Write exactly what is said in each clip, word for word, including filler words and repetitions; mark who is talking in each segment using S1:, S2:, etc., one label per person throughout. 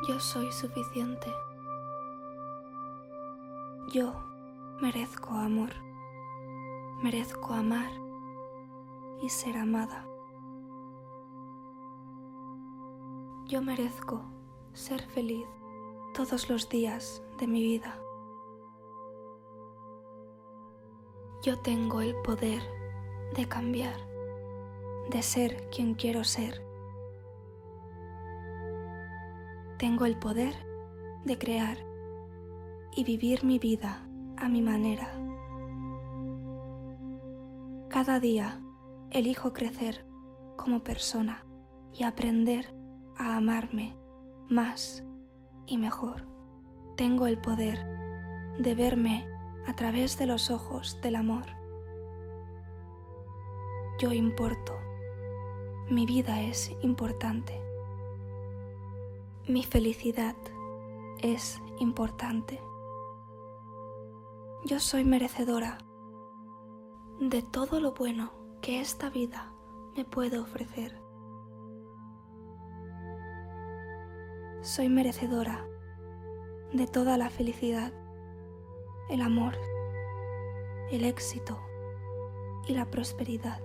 S1: Yo soy suficiente. Yo merezco amor. Merezco amar y ser amada. Yo merezco ser feliz todos los días de mi vida. Yo tengo el poder de cambiar, de ser quien quiero ser. Tengo el poder de crear y vivir mi vida a mi manera. Cada día elijo crecer como persona y aprender a amarme más y mejor. Tengo el poder de verme a través de los ojos del amor. Yo importo. Mi vida es importante. Mi felicidad es importante. Yo soy merecedora de todo lo bueno que esta vida me puede ofrecer. Soy merecedora de toda la felicidad, el amor, el éxito y la prosperidad.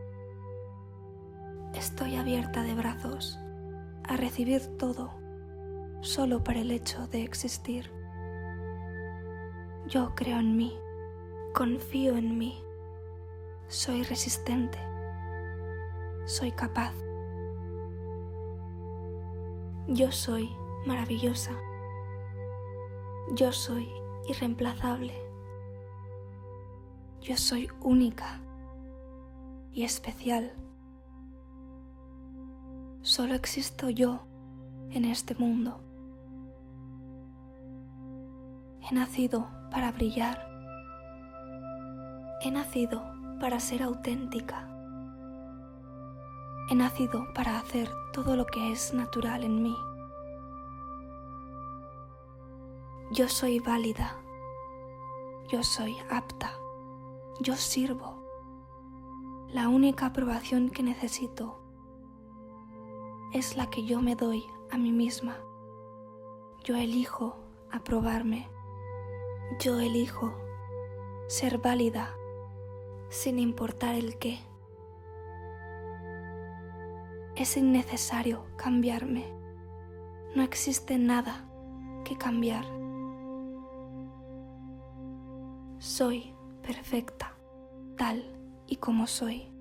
S1: Estoy abierta de brazos a recibir todo solo por el hecho de existir. Yo creo en mí, confío en mí, soy resistente, soy capaz. Yo soy maravillosa. Yo soy irreemplazable. Yo soy única y especial. Solo existo yo en este mundo. He nacido para brillar. He nacido para ser auténtica. He nacido para hacer todo lo que es natural en mí. Yo soy válida. Yo soy apta. Yo sirvo. La única aprobación que necesito es la que yo me doy a mí misma. Yo elijo aprobarme. Yo elijo ser válida sin importar el qué. Es innecesario cambiarme. No existe nada que cambiar. Soy perfecta, tal y como soy.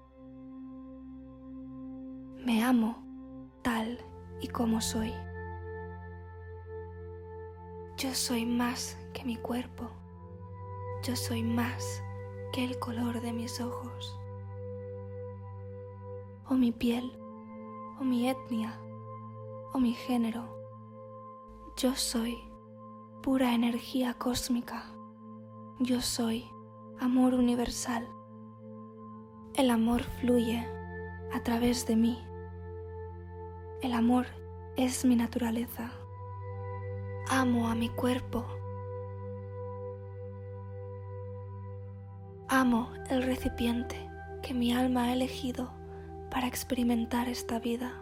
S1: Me amo tal y como soy. Yo soy más que mi cuerpo. Yo soy más que el color de mis ojos, o mi piel, o mi etnia, o mi género. Yo soy pura energía cósmica. Yo soy amor universal. El amor fluye a través de mí. El amor es mi naturaleza. Amo a mi cuerpo. Amo el recipiente que mi alma ha elegido para experimentar esta vida.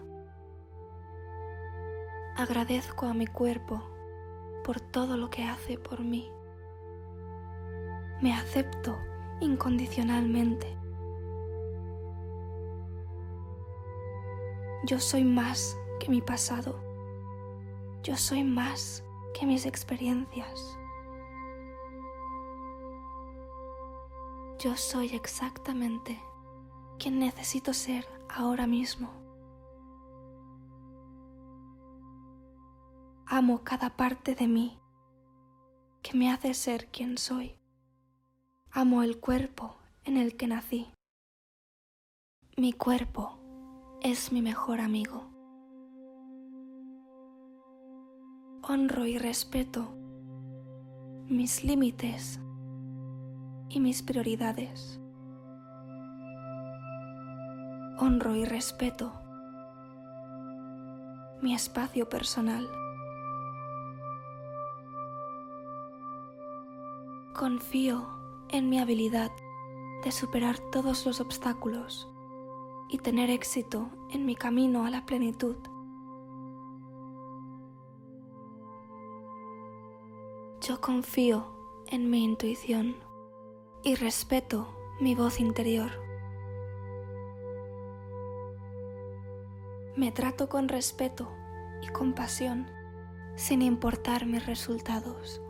S1: Agradezco a mi cuerpo por todo lo que hace por mí. Me acepto incondicionalmente. Yo soy más que mi pasado. Yo soy más que mis experiencias. Yo soy exactamente quien necesito ser ahora mismo. Amo cada parte de mí que me hace ser quien soy. Amo el cuerpo en el que nací. Mi cuerpo es mi mejor amigo. Honro y respeto mis límites y mis prioridades. Honro y respeto mi espacio personal. Confío en mi habilidad de superar todos los obstáculos y tener éxito en mi camino a la plenitud. Yo confío en mi intuición y respeto mi voz interior. Me trato con respeto y compasión sin importar mis resultados.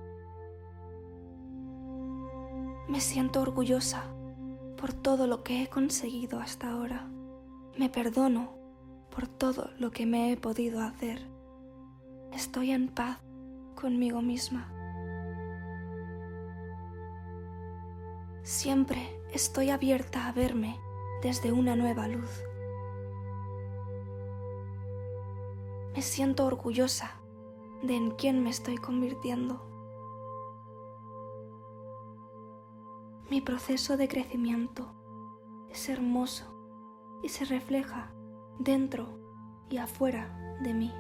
S1: Me siento orgullosa por todo lo que he conseguido hasta ahora. Me perdono por todo lo que me he podido hacer. Estoy en paz conmigo misma. Siempre estoy abierta a verme desde una nueva luz. Me siento orgullosa de en quién me estoy convirtiendo. Mi proceso de crecimiento es hermoso y se refleja dentro y afuera de mí.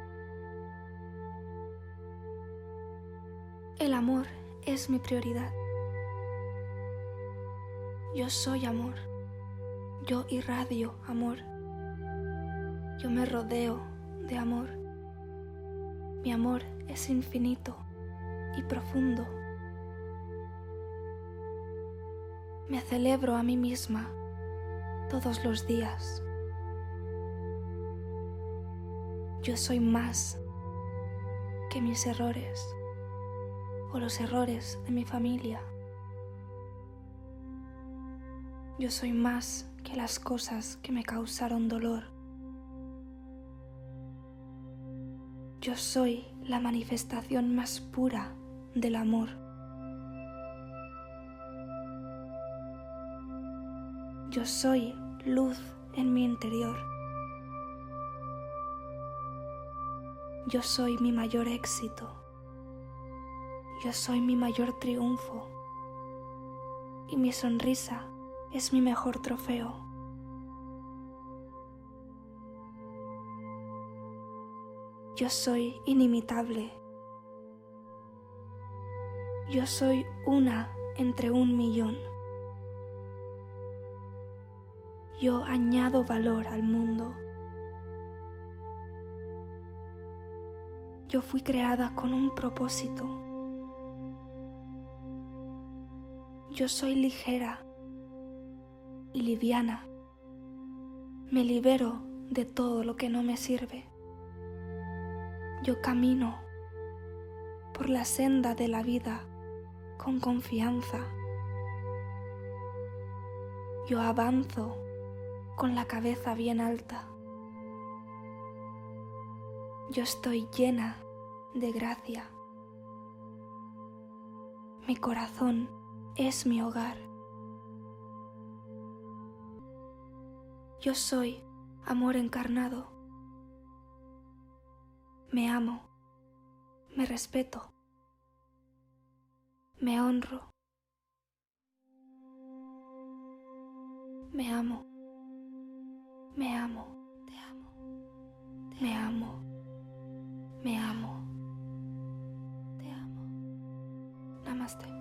S1: El amor es mi prioridad. Yo soy amor. Yo irradio amor. Yo me rodeo de amor. Mi amor es infinito y profundo. Me celebro a mí misma todos los días. Yo soy más que mis errores o los errores de mi familia. Yo soy más que las cosas que me causaron dolor. Yo soy la manifestación más pura del amor. Yo soy luz en mi interior. Yo soy mi mayor éxito. Yo soy mi mayor triunfo. Y mi sonrisa es mi mejor trofeo. Yo soy inimitable. Yo soy una entre un millón. Yo añado valor al mundo. Yo fui creada con un propósito. Yo soy ligera y liviana. Me libero de todo lo que no me sirve. Yo camino por la senda de la vida con confianza. Yo avanzo con la cabeza bien alta. Yo estoy llena de gracia. Mi corazón es mi hogar. Yo soy amor encarnado. Me amo, me respeto, me honro. Me amo, me amo, te amo, me amo, me amo, te amo. Namaste.